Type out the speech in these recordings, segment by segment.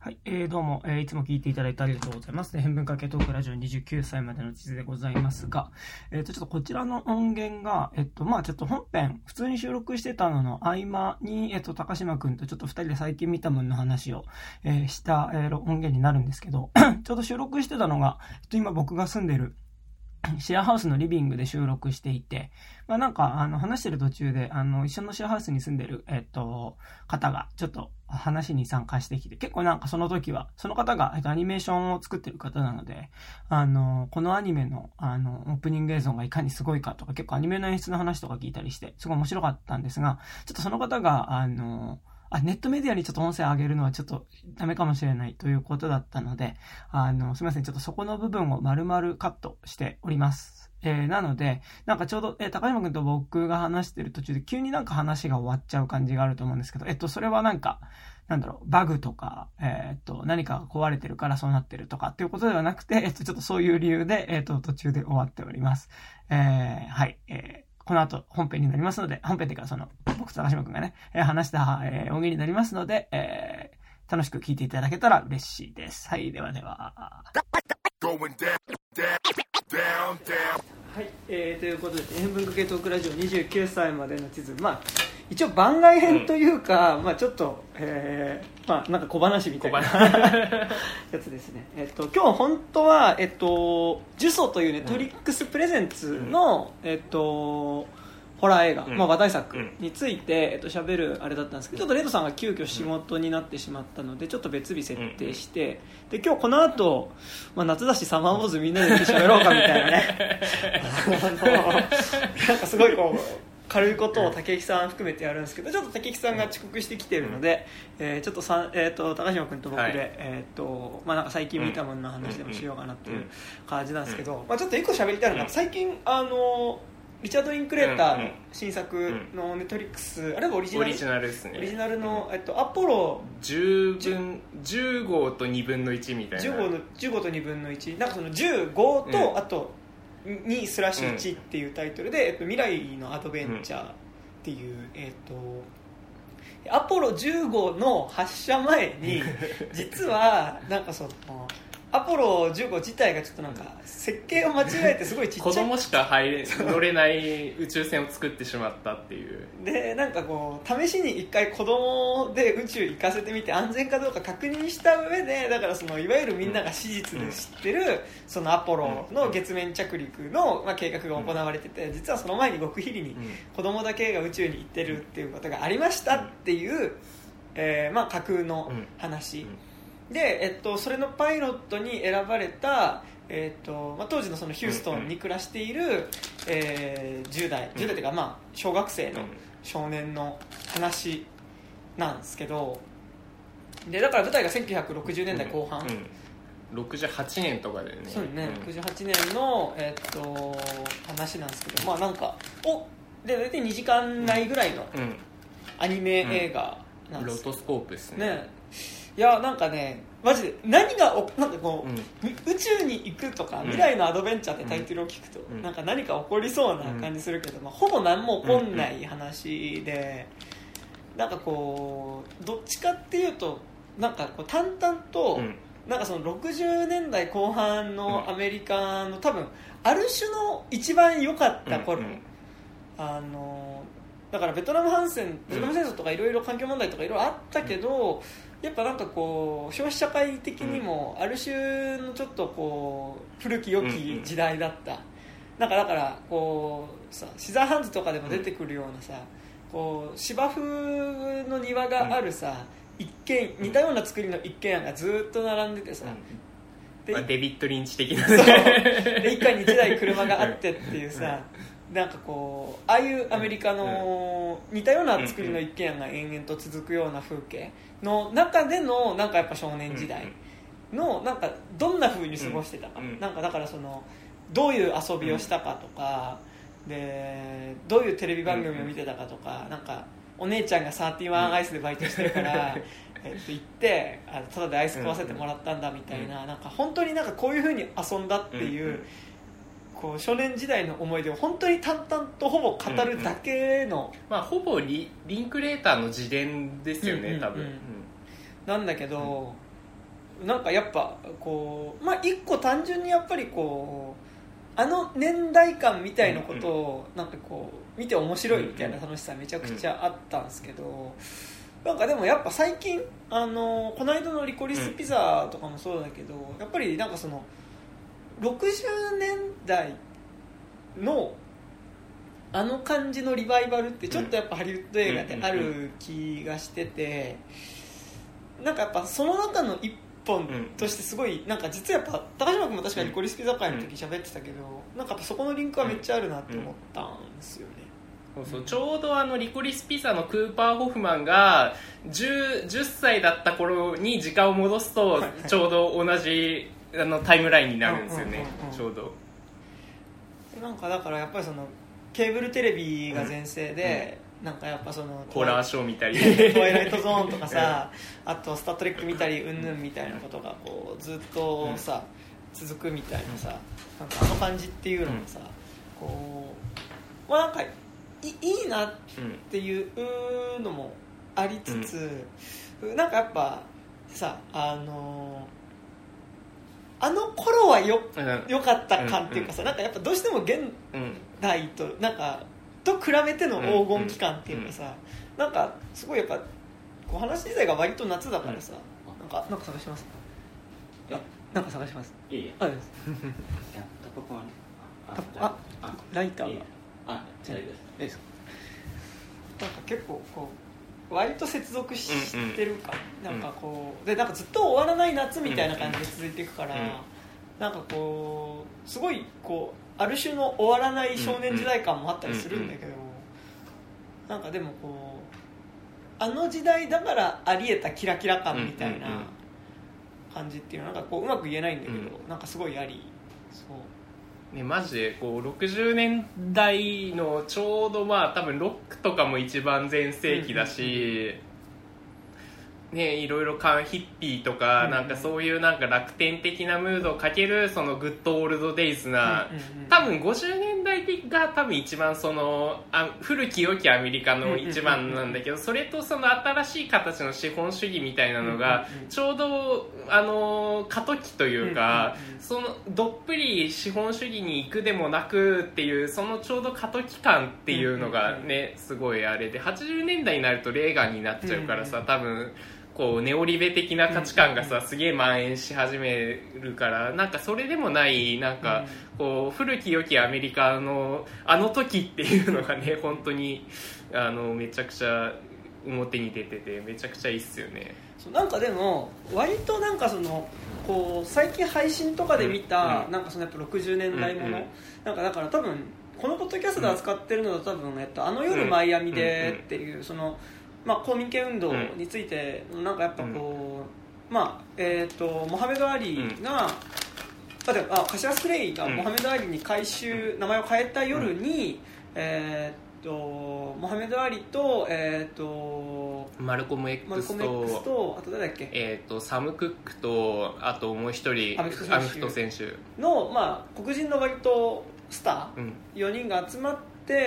はい、どうも、いつも聞いていただいてありがとうございます。変文化系トークラジオ29歳までの地図でございますが、ちょっとこちらの音源が、ちょっと本編、普通に収録してたのの合間に、高島くんとちょっと二人で最近見たものの話を、した、音源になるんですけど、ちょうど収録してたのが、今僕が住んでる、シェアハウスのリビングで収録していて、話してる途中で、一緒のシェアハウスに住んでる、方が、ちょっと話に参加してきて、結構その時は、その方が、アニメーションを作ってる方なので、このアニメの、オープニング映像がいかにすごいかとか、結構アニメの演出の話とか聞いたりして、すごい面白かったんですが、ちょっとその方が、ネットメディアにちょっと音声上げるのはちょっとダメかもしれないということだったので、すみません、ちょっとそこの部分を丸々カットしております。なので、ちょうど、高島くんと僕が話してる途中で急に話が終わっちゃう感じがあると思うんですけど、それはバグとか、何かが壊れてるからそうなってるとかっていうことではなくて、ちょっとそういう理由で、途中で終わっております。はい。この後本編になりますので、本編っていうか僕と高島くんがね、話した、音源になりますので、楽しく聞いていただけたら嬉しいです。はい、ではでは。はい、ということで、変文化系トークラジオ29歳までの地図。一応番外編というか、ちょっと、小話みたいなやつですね。今日本当は、呪詛というネットフリックスプレゼンツの、ホラー映画、話題作について喋るあれだったんですけど、ちょっとレイトさんが急遽仕事になってしまったので、ちょっと別日設定して、で今日この後、夏だしサマーウォーズみんなで喋ろうかみたいなねすごい軽いことを竹木さん含めてやるんですけど、ちょっと竹木さんが遅刻してきているので、ちょっと高島君と僕で、最近見たものの話でもしようかなっていう感じなんですけど、ちょっと一個喋りたいのが、最近リチャード・リンクレーターの新作のネットフリックス、あれはオリジナルですね。オリジナルの、アポロ 10号と2分の1みたいな、 15と2分の1、その15と、あと2/1っていうタイトルで、未来のアドベンチャーっていう、アポロ10号の発射前に実はアポロ15自体がちょっと設計を間違えてすごいちっちゃい子供しか乗れない宇宙船を作ってしまったっていうで試しに一回子供で宇宙行かせてみて安全かどうか確認した上で、だからいわゆるみんなが史実で知ってるそのアポロの月面着陸の計画が行われてて、実はその前に極秘裏に子供だけが宇宙に行ってるっていうことがありましたっていう、架空の話で、それのパイロットに選ばれた、当時のそのヒューストンに暮らしている、10代というか、小学生の少年の話なんですけど、でだから舞台が1960年代後半、 68年とかだよね。 そうね、68年の、話なんですけど、で大体2時間内ぐらいのアニメ映画なんです。 ロトスコープですね。 いやマジで何が宇宙に行くとか、未来のアドベンチャーってタイトルを聞くと、何か起こりそうな感じするけど、ほぼ何も起こんない話で、どっちかっていうと淡々と、その60年代後半のアメリカの多分ある種の一番良かった頃、だからベトナム戦争とかいろいろ環境問題とかいろいろあったけど、やっぱ消費社会的にもある種のちょっと古き良き時代だった。だからシザーハンズとかでも出てくるような芝生の庭がある一軒似たような作りの一軒家がずっと並んでてでデビッド・リンチ的なで一家に一台車があってっていうああいうアメリカの似たような作りの一軒家が延々と続くような風景の中でのやっぱ少年時代のどんな風に過ごしてたか、だからどういう遊びをしたかとかで、どういうテレビ番組を見てたかとか、お姉ちゃんが31アイスでバイトしてるから行ってただでアイス食わせてもらったんだみたいな、本当にこういう風に遊んだっていう、少年時代の思い出を本当に淡々とほぼ語るだけの、 ほぼリンクレーターの自伝ですよね、多分、 なんだけど、 なんかやっぱこう一個単純にやっぱりこう年代間みたいなことをなんかこう見て面白いみたいな楽しさめちゃくちゃあったんですけど、なんかでもやっぱ最近この間のリコリスピザとかもそうだけど、やっぱりなんかその60年代の感じのリバイバルってちょっとやっぱハリウッド映画である気がしてて、なんかやっぱその中の一本としてすごいなんか実はやっぱ高島君も確かにリコリスピザ会の時喋ってたけど、なんかやっぱそこのリンクはめっちゃあるなって思ったんですよね。 そうちょうどリコリスピザのクーパー・ホフマンが 10歳だった頃に時間を戻すとちょうど同じタイムラインになるんですよね、ちょうど。 なんかだからやっぱりそのケーブルテレビが全盛で、なんかやっぱそのホラーショー見たりトワイライトゾーンとかさあとスタートレック見たりうんぬんみたいなことがこうずっとさ、続くみたいなさ、なんか感じっていうのもさ、こうなんかいいなっていうのもありつつ、なんかやっぱさ頃はよかった感っていうかさ、なんかやっぱどうしても現代となんかと比べての黄金期間っていうかさ、なんかすごいやっぱこう話自体が割と夏だからさ、なんか探します。なんか探します。 いい。 あるんです。 タバコはね。 ライターが。 じゃあいいです。 なんか結構こう割と接続してるか、なんかこうでなんかずっと終わらない夏みたいな感じで続いていくから、なんかこうすごいこうある種の終わらない少年時代感もあったりするんだけど、なんかでもこう時代だからあり得たキラキラ感みたいな感じっていうのはなんかこううまく言えないんだけど、なんかすごいありそうね、マジでこう60年代のちょうど多分ロックとかも一番全盛期だし、ね、いろいろヒッピーとかなんかそういうなんか楽天的なムードをかけるそのグッドオールドデイズな、多分50年代が多分一番その古き良きアメリカの一番なんだけど、それとその新しい形の資本主義みたいなのがちょうど過渡期というか、そのどっぷり資本主義に行くでもなくっていうそのちょうど過渡期間っていうのがねすごいあれで、80年代になるとレーガンになっちゃうからさ、多分こうネオリベ的な価値観がさすげえ蔓延し始めるから、なんかそれでもないなんかこう古き良きアメリカの時っていうのがね本当にめちゃくちゃ表に出ててめちゃくちゃいいっすよね。 なんかでも割となんかそのこう最近配信とかで見たなんかそのやっぱ60年代ものなんかだから多分このポッドキャストで扱ってるのだと多分夜マイアミでっていうその公民権運動についてなんかやっぱこうモハメド・アリがカシアス・クレイがモハメド・アリに名前を変えた夜にモハメド・アリとマルコム X とあと誰だっけサム・クックとあともう一人アメフト選手の、黒人の割とスター4人が集まって、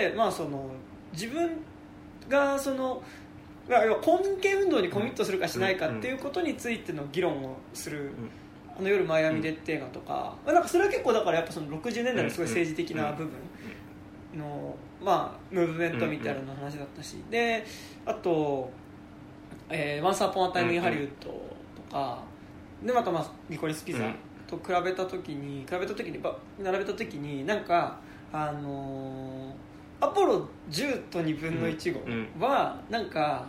その自分がその公民権運動にコミットするかしないかっていうことについての議論をする夜マイアミでって映画とか、なんかそれは結構だからやっぱその60年代のすごい政治的な部分のムーブメントみたいなの話だったし、であとOnce Upon a Time in Hollywood とかでまたリコリスピザと比べた時に並べた時になんかアポロ10と2分の1号はなんか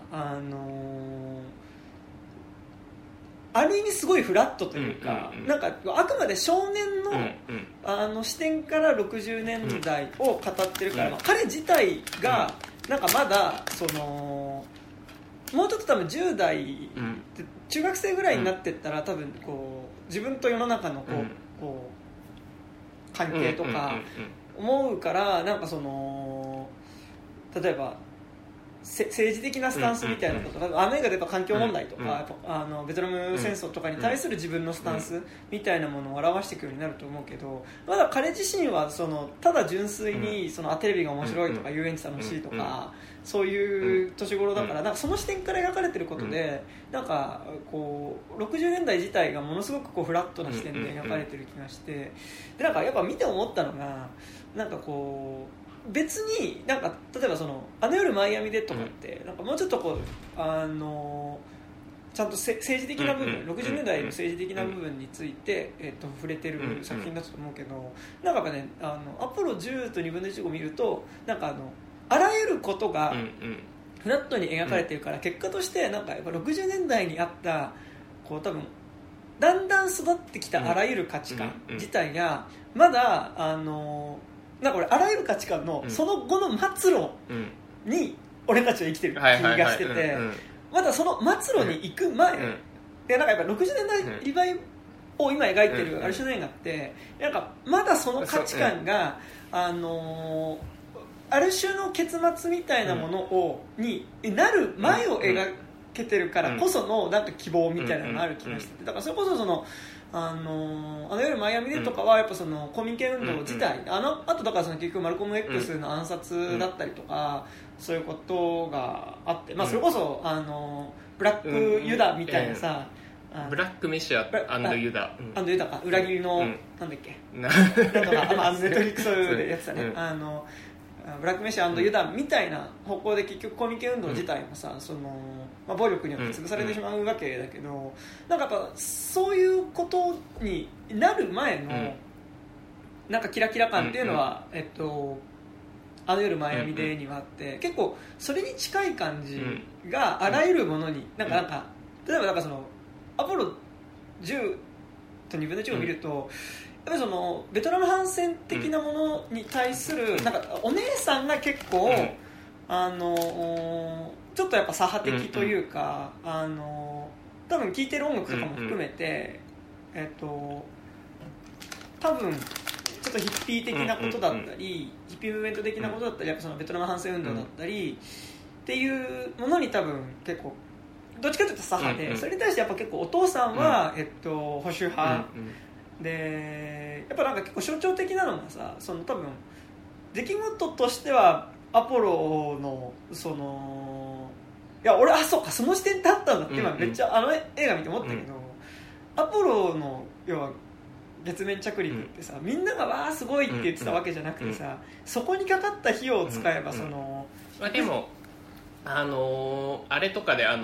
ある意味すごいフラットというか、なんかあくまで少年の視点から60年代を語ってるから、彼自体がなんかまだそのもうちょっと多分10代中学生ぐらいになってったら多分こう自分と世の中のこう関係とか思うから、なんかその例えば政治的なスタンスみたいなこと、映画でやっぱ環境問題とか、やっぱベトナム戦争とかに対する自分のスタンスみたいなものを表していくようになると思うけど、まだ彼自身はただ純粋にテレビが面白いとか遊園地楽しいとか、そういう年頃だから、なんかその視点から描かれてることで、なんかこう60年代自体がものすごくこうフラットな視点で描かれてる気がして、でなんかやっぱ見て思ったのが、なんかこう別になんか例えばあの夜マイアミでとかって、なんかもうちょっとこうちゃんと政治的な部分、60年代の政治的な部分について、触れてる作品だと思うけど、なんかやっぱねアポロ10と2分の1を見ると、なんかあらゆることがフラットに描かれてるから、結果としてなんかやっぱ60年代にあったこう多分だんだん育ってきたあらゆる価値観自体がまだなんか俺あらゆる価値観のその後の末路に俺たちは生きてる気がしてて、まだその末路に行く前で、なんかやっぱ60年代リバイを今描いてるある種の映画って、なんかまだその価値観がある種の結末みたいなものになる前を描けてるからこそのなんか希望みたいなのがある気がしてて、だからそれこそあの夜マイアミでとかはやっぱ公民権運動自体、あとだから結局マルコム X の暗殺だったりとか、そういうことがあって、まあ、それこそブラックユダみたいなさ、 ブラックメシア&ユダユダか、裏切りの、なんだっけなんとかネットフリックスでやってたね、ブラックメシア&ユダみたいな方向で結局公民権運動自体もさ、暴力によって潰されてしまうわけだけど、なんかやっぱそういうことになる前のなんかキラキラ感っていうのは、あの夜マイアミデーにはあって、結構それに近い感じがあらゆるものになんか例えばなんかアポロ10と2分の1を見ると、やっぱりベトナム反戦的なものに対するなんかお姉さんが結構、ちょっとやっぱ左派的というか、多分聴いてる音楽とかも含めて、多分ちょっとヒッピー的なことだったり、ヒッピームーブメント的なことだったり、やっぱベトナム反戦運動だったり、っていうものに多分結構どっちかというと左派で、それに対してやっぱ結構お父さんは、保守派、でやっぱなんか結構象徴的なのがさ、多分出来事としてはアポロのいや俺そうかその視点ってあったんだって今めっちゃ映画見て思ったけど、アポロの要は月面着陸ってさ、みんながわーすごいって言ってたわけじゃなくてさ、そこにかかった費用を使えばまあ、でもあれとかでラ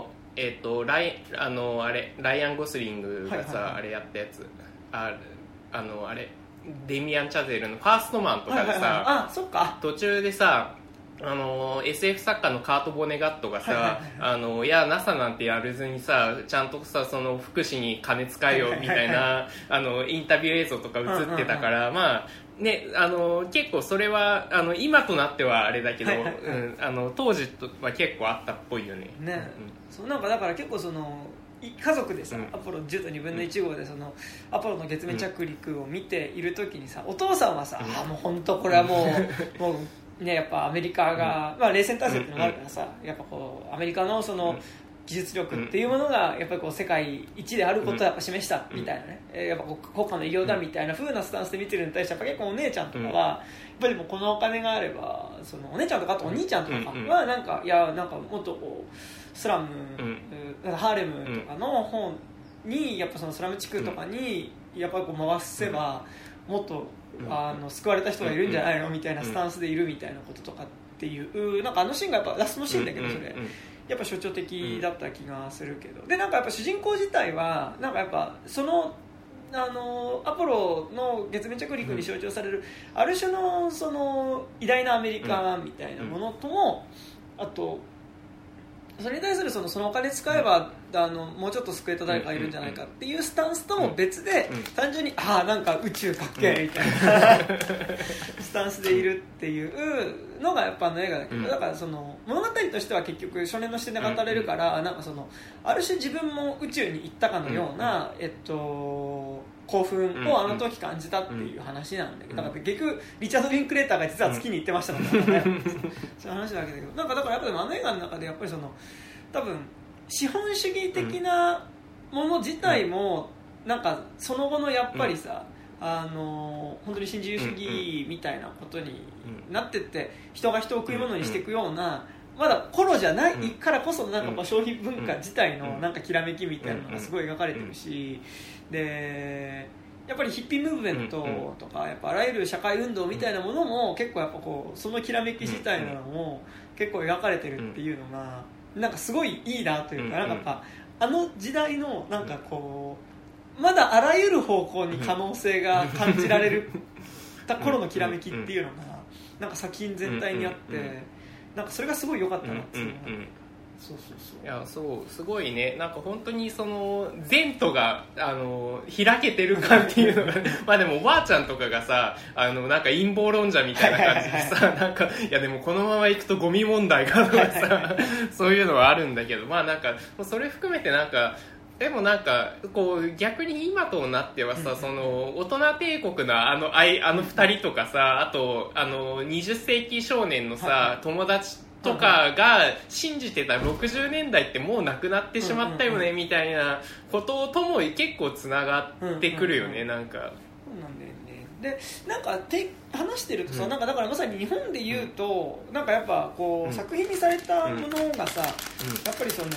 イアン・ゴスリングがさ、あれやったやつあれデミアン・チャゼルのファーストマンとかでさ、 そっか途中でさSF 作家のカート・ボネガットがさ、いや NASA なんてやれずにさ、ちゃんとさ福祉に金使えよみたいなインタビュー映像とか映ってたから、まあね、結構それは今となってはあれだけど、当時は結構あったっぽいよね。 そうなんかだから結構家族でさ、アポロ10と2分の1号でアポロの月面着陸を見ている時にさ、お父さんはさ、もう本当これはもうね、やっぱアメリカが、まあ、冷戦体制っていうのがあるからさ、やっぱこうアメリカの技術力っていうものがやっぱりこう世界一であることをやっぱ示したみたいなね、やっぱ国家の偉業だみたいな風なスタンスで見てるのに対して、やっぱ結構お姉ちゃんとかはやっぱりもうこのお金があれば、お姉ちゃんとかあとお兄ちゃんとかはなんか、いやなんかもっとこうスラム、ハーレムとかの方にやっぱスラム地区とかにやっぱりこう回せばもっと救われた人がいるんじゃないのみたいなスタンスでいるみたいなこととかっていう、なんかシーンがやっぱラストのシーンだけど、それやっぱ象徴的だった気がするけど、でなんかやっぱ主人公自体はなんかやっぱアポロの月面着陸に象徴されるある種の偉大なアメリカみたいなものとも、あとそれに対するそのお金使えばもうちょっと救えた誰かがいるんじゃないかっていうスタンスとも別で、単純になんか宇宙かっけーみたいなスタンスでいるっていうのがやっぱ映画だけど、 うんだからその物語としては結局少年の視点で語れるから、なんかそのある種自分も宇宙に行ったかのような、興奮をあの時感じたっていう話なんだけど、だから結局リチャード・リンクレーターが実は月に行ってましたからね、そういう話だけだけど、なんかだからやっぱりあの映画の中でやっぱりその多分資本主義的なもの自体もなんかその後のやっぱりさ、本当に新自由主義みたいなことになってって人が人を食い物にしていくようなまだ頃じゃないからこそなんかこう消費文化自体のなんかきらめきみたいなのがすごい描かれてるし、でやっぱりヒッピームーブメントとかやっぱあらゆる社会運動みたいなものも結構やっぱこうそのきらめき自体なのも結構描かれてるっていうのがなんかすごいいいなというか、なんかやっぱあの時代のなんかこうまだあらゆる方向に可能性が感じられるた頃のきらめきっていうのがなんか作品全体にあってなんかそれがすごい良かったなっていうのがそうそうそう、 いやそうすごいね、なんか本当にその前途が開けてる感っていうのがまあでもおばあちゃんとかがさなんか陰謀論者みたいな感じでさなんかいやでもこのまま行くとゴミ問題がとかさそういうのはあるんだけど、まあなんかそれ含めてなんかでもなんかこう逆に今となってはさ、その大人帝国のあの2人とかさ、あと20世紀少年のさ友達とかが信じてた60年代ってもうなくなってしまったよねみたいなこととも結構つながってくるよね、なんかそうなんだよね。でなんか話してるとさ、なんかだからまさに日本で言うと、なんかやっぱこう、作品にされたものがさ、やっぱりその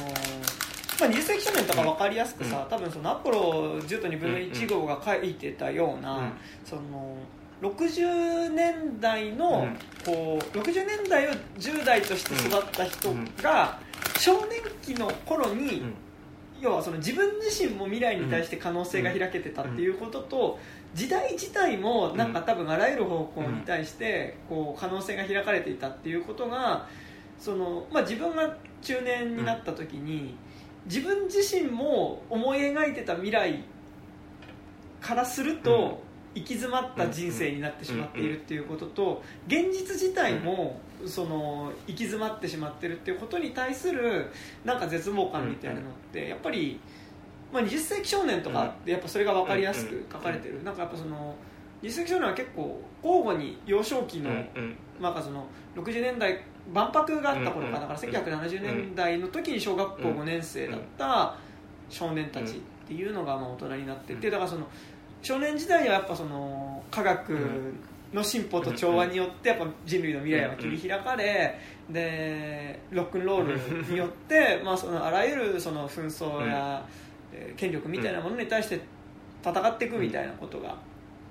20世紀少年とか分かりやすくさ、多分そのアポロ10と2分の1号が書いてたような、その60年代のこう60年代を10代として育った人が少年期の頃に、要はその自分自身も未来に対して可能性が開けてたっていうことと、時代自体もなんか多分あらゆる方向に対してこう可能性が開かれていたっていうことがその、自分が中年になった時に自分自身も思い描いてた未来からすると行き詰まった人生になってしまっているっていうことと、現実自体もその行き詰まってしまっているっていうことに対するなんか絶望感みたいなのってやっぱり、20世紀少年とかってやっぱそれが分かりやすく書かれてる。なんかやっぱその20世紀少年は結構交互に幼少期のなんかその60年代万博があった頃かだから1970年代の時に小学校5年生だった少年たちっていうのが大人になってて、だからその少年時代にはやっぱその科学の進歩と調和によってやっぱ人類の未来は切り開かれ、でロックンロールによってそのあらゆるその紛争や権力みたいなものに対して戦っていくみたいなことが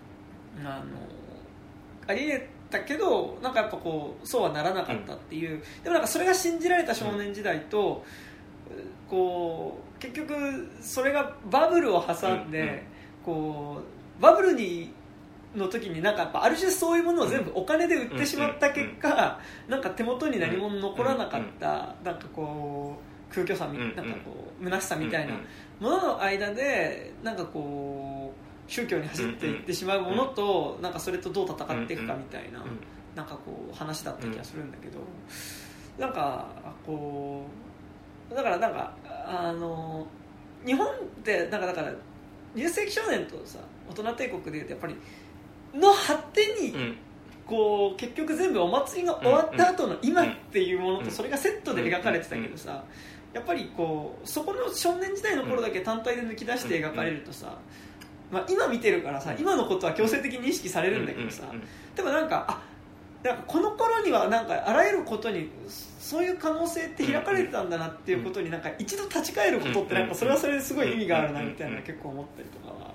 あり得たけど、なんかやっぱこうそうはならなかったっていう、でもなんかそれが信じられた少年時代とこう結局それがバブルを挟んでこうバブルの時になんかやっぱある種そういうものを全部お金で売ってしまった結果、なんか手元に何も残らなかったなんかこう空虚さなんかこう虚しさみたいなものの間でなんかこう宗教に走っていってしまうものとなんかそれとどう戦っていくかみたいななんかこう話だった気がするんだけど、なんかこうだからなんか日本ってなんかだから20世紀少年とさ大人帝国でいうとやっぱりの果てにこう結局全部お祭りが終わった後の今っていうものとそれがセットで描かれてたけどさ、やっぱりこうそこの少年時代の頃だけ単体で抜き出して描かれるとさ、今見てるからさ今のことは強制的に意識されるんだけどさ、でもなんかこの頃にはなんかあらゆることにそういう可能性って開かれてたんだなっていうことになんか一度立ち返ることってなんかそれはそれですごい意味があるなみたいなの結構思ったりとかは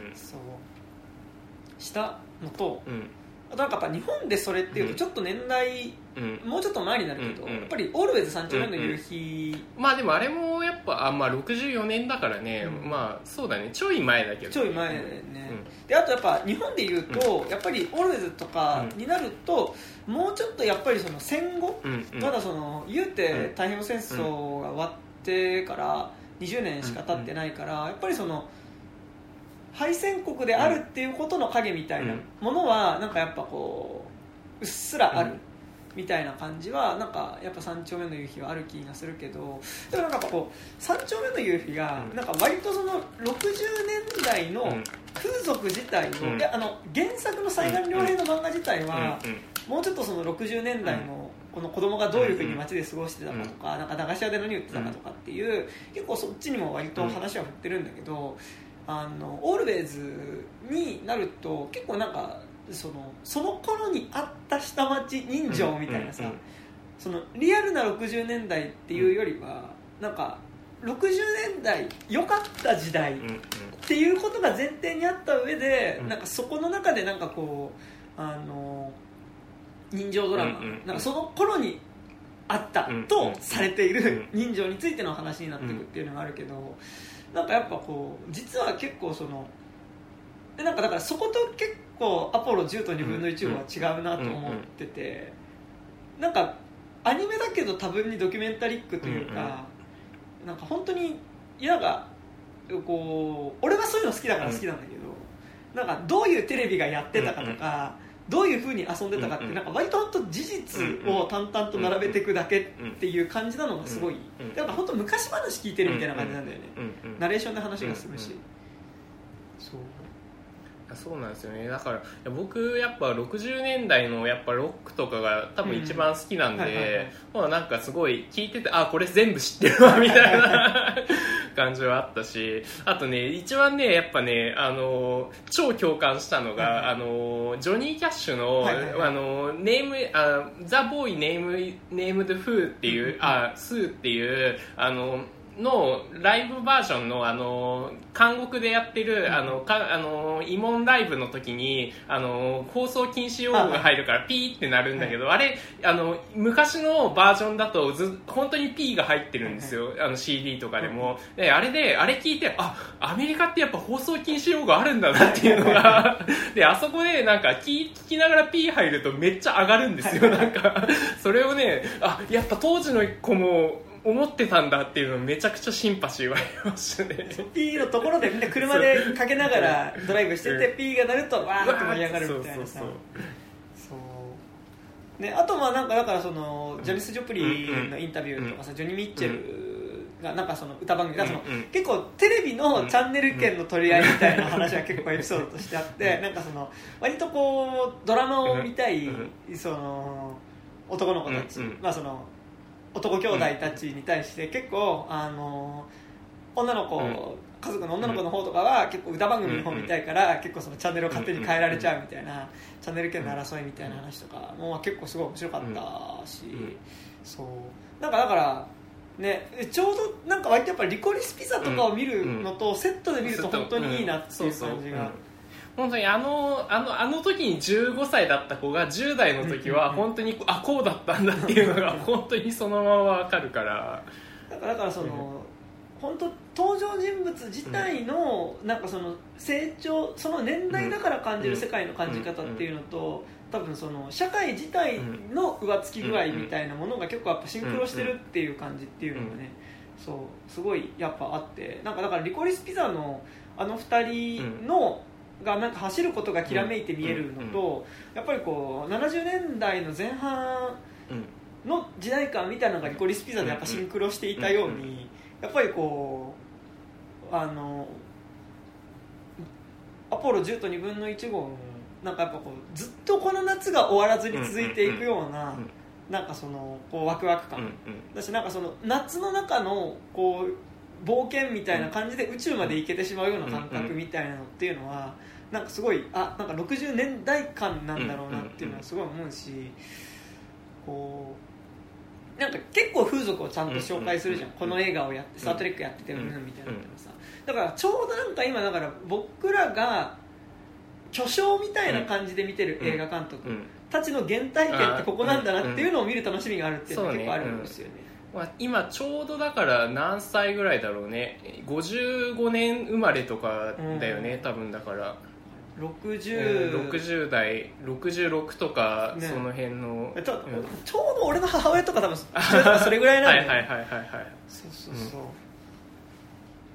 そうしたのと、あとなんかやっぱ日本でそれっていうとちょっと年代もうちょっと前になるけどやっぱりオールウェイズ3丁目の夕日、 でもあれもやっぱ64年だからね、そうだねちょい前だけどちょい前だよね、であとやっぱ日本で言うと、やっぱりオールウェイズとかになると、もうちょっとやっぱりその戦後、まだその言うて太平洋戦争が終わってから20年しか経ってないから、やっぱりその敗戦国であるっていうことの影みたいなものはなんかやっぱこううっすらあるみたいな感じはなんかやっぱ三丁目の夕日はある気がするけど、でもなんかこう三丁目の夕日がなんか割とその60年代の風俗自体を、で原作の西岸良平の漫画自体はもうちょっとその60年代のこの子供がどういうふうに街で過ごしてたかとか、なんか駄菓子屋で何売ってたかとかっていう結構そっちにも割と話は振ってるんだけど、オールウェイズになると結構なんかその頃にあった下町人情みたいなさ、そのリアルな60年代っていうよりはなんか60年代良かった時代っていうことが前提にあった上で、なんかそこの中でなんかこう人情ドラマ、なんかその頃にあったとされている人情についての話になっていくっていうのがあるけど、なんかやっぱこう実は結構そのでなんかだからそこと結構アポロ10と2分の1号は違うなと思ってて、なんかアニメだけど多分にドキュメンタリックというか、なんか本当になんかこう俺はそういうの好きだから好きなんだけど、なんかどういうテレビがやってたかとか、どういう風に遊んでたかってなんか割と本当事実を淡々と並べていくだけっていう感じなのがすごい、なんか本当昔話聞いてるみたいな感じなんだよね。ナレーションで話がするし、 そうなんですよね。だから僕やっぱ60年代のやっぱロックとかが多分一番好きなんで、なんかすごい聞いててこれ全部知ってるわみたいな感じはあったし、あとね一番ねやっぱね超共感したのが、ジョニー・キャッシュの、ネームザ・ボーイ・ネームド・フーっていうスーっていうのライブバージョンの韓国でやってる慰問ライブの時に放送禁止用語が入るからピーってなるんだけど、あれ昔のバージョンだと本当にピーが入ってるんですよ、CD とかでも。であれ聞いてアメリカってやっぱ放送禁止用語あるんだなっていうのがであそこでなんか聞きながらピー入るとめっちゃ上がるんですよ。なんかそれをねやっぱ当時の子も思ってたんだっていうのをめちゃくちゃシンパシー湧きましたね。 ピーのところでみんな車でかけながらドライブしてて、ピーが鳴るとわーって盛り上がるみたいなさ。ね、あとなんかだからそのジャニス・ジョプリンのインタビューとかさ、ジョニー・ミッチェルがなんかその歌番組が結構テレビのチャンネル権の取り合いみたいな話は結構エピソードとしてあって、なんかその割とこうドラマを見たいその男の子たち、その男兄弟たちに対して結構女の子、家族の女の子の方とかは結構歌番組の方見たいから結構そのチャンネルを勝手に変えられちゃうみたいな、チャンネル権の争いみたいな話とかも結構すごい面白かったし、そうなんかだからね、ちょうどなんか割とやっぱりリコリスピザとかを見るのとセットで見ると本当にいいなっていう感じが。 本当にあの時に15歳だった子が10代の時は本当にこうだったんだっていうのが本当にそのまま分かるから、 だからその本当登場人物自体のなんかその成長、その年代だから感じる世界の感じ方っていうのと、多分その社会自体の上付き具合みたいなものが結構やっぱシンクロしてるっていう感じっていうのがね、そうすごいやっぱあって、なんかだからリコリスピザの2人のがなんか走ることがきらめいて見えるのと、やっぱりこう70年代の前半の時代感みたいなのがリコリスピザでやっぱシンクロしていたように、やっぱりこうアポロ10と2分の1号のなんかやっぱこうずっとこの夏が終わらずに続いていくようななんかそのこうワクワク感だし、なんかその夏の中のこう冒険みたいな感じで宇宙まで行けてしまうような感覚みたいなのっていうのはなんかすごいなんか60年代感なんだろうなっていうのはすごい思うし、こうなんか結構風俗をちゃんと紹介するじゃん、この映画をやってスタートレックやっててみたいなのさ、だからちょうどなんか今だから僕らが巨匠みたいな感じで見てる映画監督たちの原体験ってここなんだなっていうのを見る楽しみがあるっていうのが結構あるんですよね。 今ちょうどだから何歳ぐらいだろうね、55年生まれとかだよね、多分だから60代66とか、その辺の、 ちょうど俺の母親とか多分それぐらいなんだよね。 はいそうっ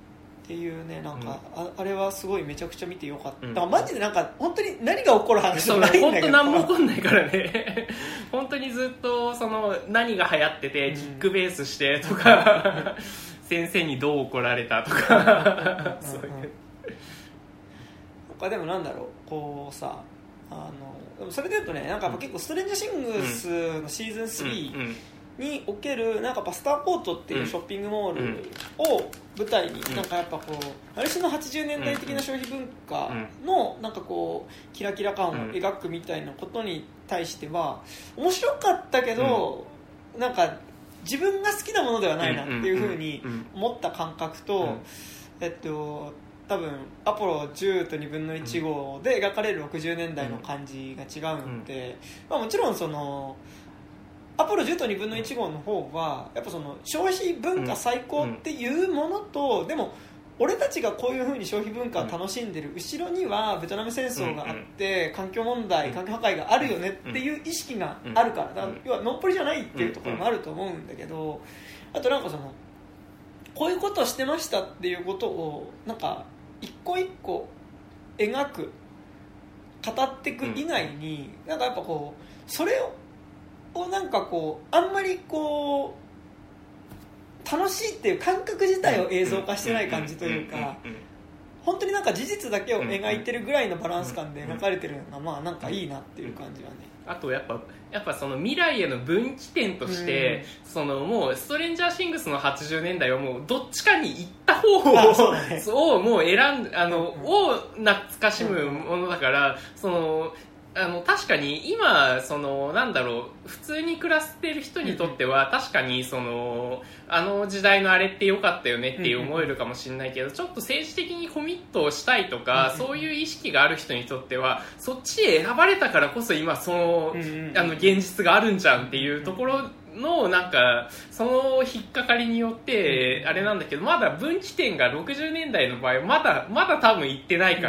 っていうね、なんか、あれはすごいめちゃくちゃ見てよかった、だからマジでなんか本当に何が起こる話じゃないんだけど、 本当何も起こんないからね本当にずっとその何が流行っててキックベースしてとか先生にどう怒られたとかそういうなんかでもなんだろう、こうさ、それでいうとね、なんかやっぱ結構ストレンジャーシングスのシーズン3におけるなんかバスターコートっていうショッピングモールを舞台になんかやっぱこうある種の80年代的な消費文化のなんかこうキラキラ感を描くみたいなことに対しては面白かったけど、なんか自分が好きなものではないなっていう風に思った感覚と、多分アポロ10と2分の1号で描かれる60年代の感じが違うので、まあ、もちろんそのアポロ10と2分の1号の方はやっぱその消費文化最高っていうものと、でも俺たちがこういう風に消費文化を楽しんでる後ろにはベトナム戦争があって環境問題、環境破壊があるよねっていう意識があるから、だから要はのっぽりじゃないっていうところもあると思うんだけど、あとなんかそのこういうことをしてましたっていうことをなんか一個一個描く語っていく以外に、なんかやっぱこうそれをなんかこうあんまりこう楽しいっていう感覚自体を映像化してない感じというか、本当になんか事実だけを描いてるぐらいのバランス感で描かれてるのがまあなんかいいなっていう感じはね。 あとやっぱその未来への分岐点として、そのもうストレンジャーシングスの80年代はもうどっちかに行った方をもう選んでを懐かしむものだから、その確かに今そのなんだろう、普通に暮らしてる人にとっては確かにその時代のあれって良かったよねって思えるかもしれないけど、ちょっと政治的にコミットをしたいとか、そういう意識がある人にとってはそっちへ選ばれたからこそ今その現実があるんじゃんっていうところのなんかその引っかかりによってあれなんだけど、まだ分岐点が60年代の場合まだ多分行ってないから、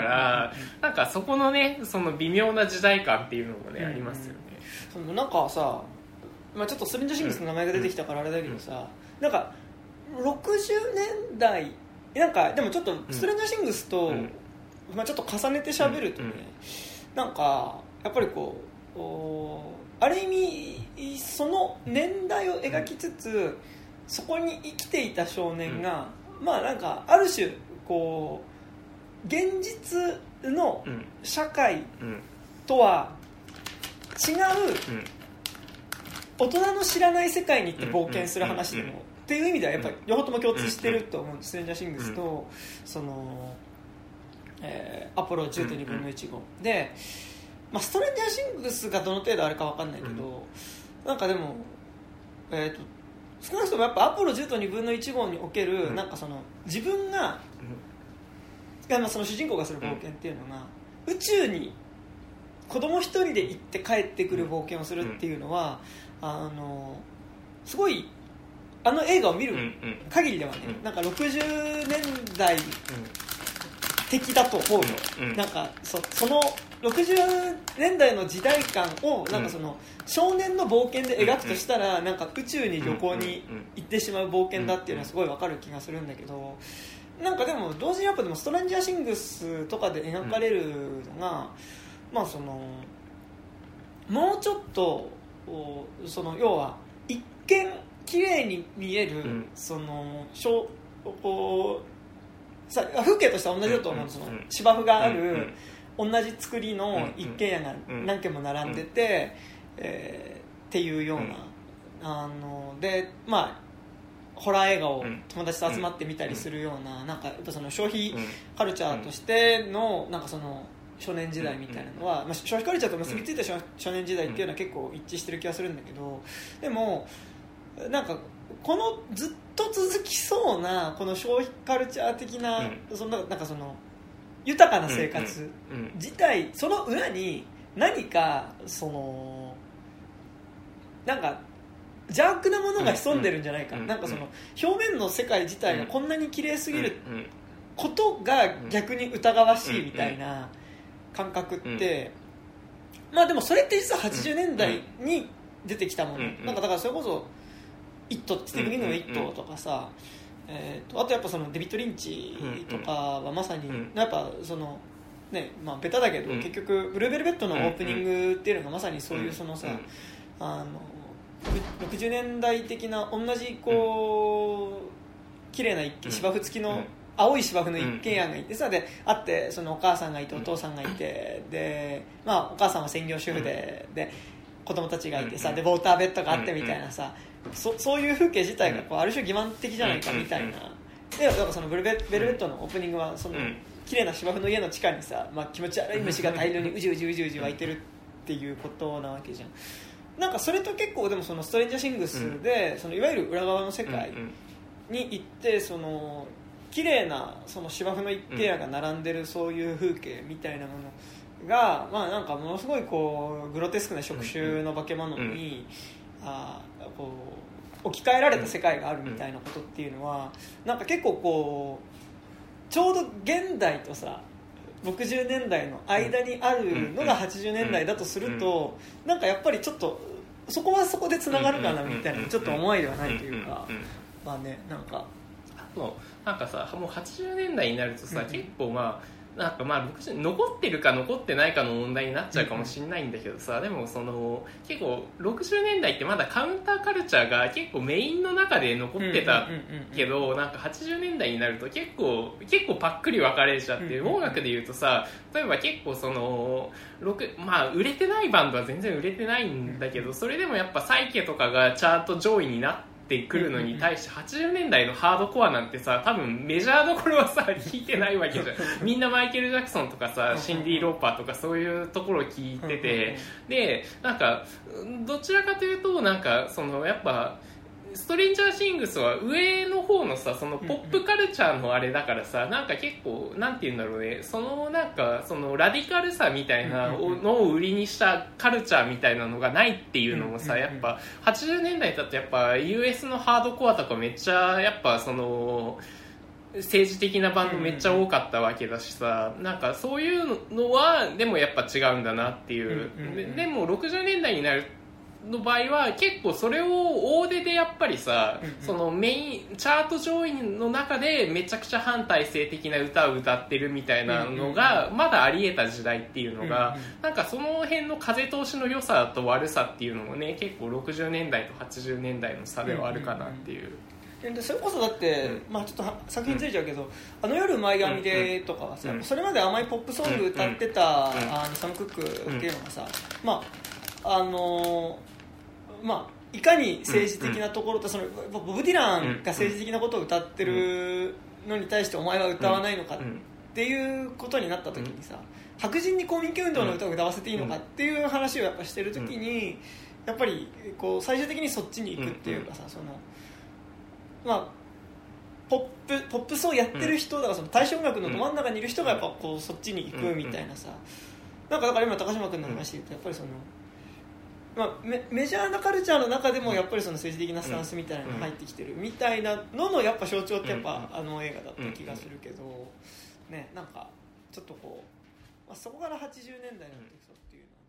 なんかそこのねその微妙な時代感っていうのもねありますよね。 そのなんかさ、まあ、ちょっとストレンジャーシングスの名前が出てきたからあれだけどさ、なんか60年代なんかでもちょっとストレンジャーシングスと、まあ、ちょっと重ねて喋るとね、なんかやっぱりこうある意味その年代を描きつつそこに生きていた少年が、まあなんかある種こう現実の社会とは違う大人の知らない世界に行って冒険する話でもっていう意味ではやっぱり両方とも共通してると思うんです。ストレンジャーシングスとその、アポロ10と2分の1号で、まあ、ストレンジャーシングスがどの程度あるか分かんないけど、なんかでも、少なくともやっぱアポロ10と2分の1号におけるなんかその自分が、まあ、その主人公がする冒険っていうのが宇宙に子供一人で行って帰ってくる冒険をするっていうのはすごい映画を見る限りではね、なんか60年代的だと思うよ。なんかその60年代の時代感をなんかその少年の冒険で描くとしたらなんか宇宙に旅行に行ってしまう冒険だっていうのはすごい分かる気がするんだけど、なんかでも同時にやっぱでもストレンジャーシングスとかで描かれるのが、まあそのもうちょっとその要は一見綺麗に見えるその風景としては同じだと思う、その芝生がある同じ作りの一軒家が何軒も並んでて、っていうようなでまあホラー映画を友達と集まって見たりするような、なんかやっぱその消費カルチャーとしてのなんかその少年時代みたいなのは、まあ、消費カルチャーと結びついた少年時代っていうのは結構一致してる気がするんだけど、でもなんかこのずっと続きそうなこの消費カルチャー的な、そのなんかその豊かな生活自体、その裏に何かそのなんか邪悪なものが潜んでるんじゃないか、なんかその表面の世界自体がこんなに綺麗すぎることが逆に疑わしいみたいな感覚って、まあでもそれって実は80年代に出てきたもの、なんかだからそれこそスティーブ・キングの「イット!」とかさ、 あとやっぱそのデビッド・リンチとかはまさに、 うんやっぱそのね、まあベタだけど、結局ブルーベルベットのオープニングっていうのがまさにそういうそのさ、60年代的な同じこう綺麗な芝生付きの青い芝生の一軒家がいてさ、であってそのお母さんがいてお父さんがいて、で、まあ、お母さんは専業主婦で子供たちがいてさ、でウォーターベッドがあってみたいなさ、そういう風景自体がこうある種欺瞞的じゃないかみたいな。でだからそのブルーベルベットのオープニングはその綺麗な芝生の家の地下にさ、まあ、気持ち悪い虫が大量にうじうじ湧いてるっていうことなわけじゃん。なんかそれと結構でもそのストレンジャーシングスで、そのいわゆる裏側の世界に行って、その綺麗なその芝生の一軒家が並んでるそういう風景みたいなものが、まあなんかものすごいこうグロテスクな触手の化け物にこう置き換えられた世界があるみたいなことっていうのは、なんか結構こうちょうど現代とさ60年代の間にあるのが80年代だとすると、なんかやっぱりちょっとそこはそこでつながるかなみたいなちょっと思いではないというか、まあね、 なんかさもう80年代になるとさ、結構まあなんかまあ残ってるか残ってないかの問題になっちゃうかもしれないんだけどさ、でもその結構60年代ってまだカウンターカルチャーが結構メインの中で残ってたけど、なんか80年代になると結構パックリ分かれちゃって、音楽で言うとさ、例えば結構そのまあ売れてないバンドは全然売れてないんだけど、それでもやっぱサイケとかがチャート上位になってくるのに対して80年代のハードコアなんてさ、多分メジャーどころはさ聞いてないわけじゃん。みんなマイケル・ジャクソンとかさシンディ・ローパーとかそういうところを聞いてて、でなんかどちらかというとなんかそのやっぱストレンジャーシングスは上の方のさ、そのポップカルチャーのあれだからさ、なんか結構なんて言うんだろうね、そのなんかそのラディカルさみたいなのを売りにしたカルチャーみたいなのがないっていうのもさ、やっぱ80年代だとやっぱ US のハードコアとかめっちゃやっぱその政治的なバンドめっちゃ多かったわけだしさ、なんかそういうのはでもやっぱ違うんだなっていう。でも60年代になるの場合は結構それを大手でやっぱりさ、そのメインチャート上位の中でめちゃくちゃ反体制的な歌を歌ってるみたいなのがまだあり得た時代っていうのが、なんかその辺の風通しの良さと悪さっていうのもね、結構60年代と80年代の差ではあるかなっていう。 でそれこそだって、まあ、ちょっと作品ずれちゃうけど、あの夜前髪でとかはさ、それまで甘いポップソング歌ってたサム・クックっていうのがさ、まあいかに政治的なところと、そのボブ・ディランが政治的なことを歌ってるのに対してお前は歌わないのかっていうことになった時にさ、白人に公民権運動の歌を歌わせていいのかっていう話をやっぱしてる時に、やっぱりこう最終的にそっちに行くっていうかさ、そのまあポップスをやってる人だから、その大衆音楽のど真ん中にいる人がやっぱこうそっちに行くみたいなさ、なんかだから今高島君の話で言うとやっぱりその、まあ、メジャーなカルチャーの中でもやっぱりその政治的なスタンスみたいなのが入ってきてるみたいなののやっぱ象徴ってやっぱあの映画だった気がするけどね、なんかちょっとこう、まあ、そこから80年代になっていくとっていうのは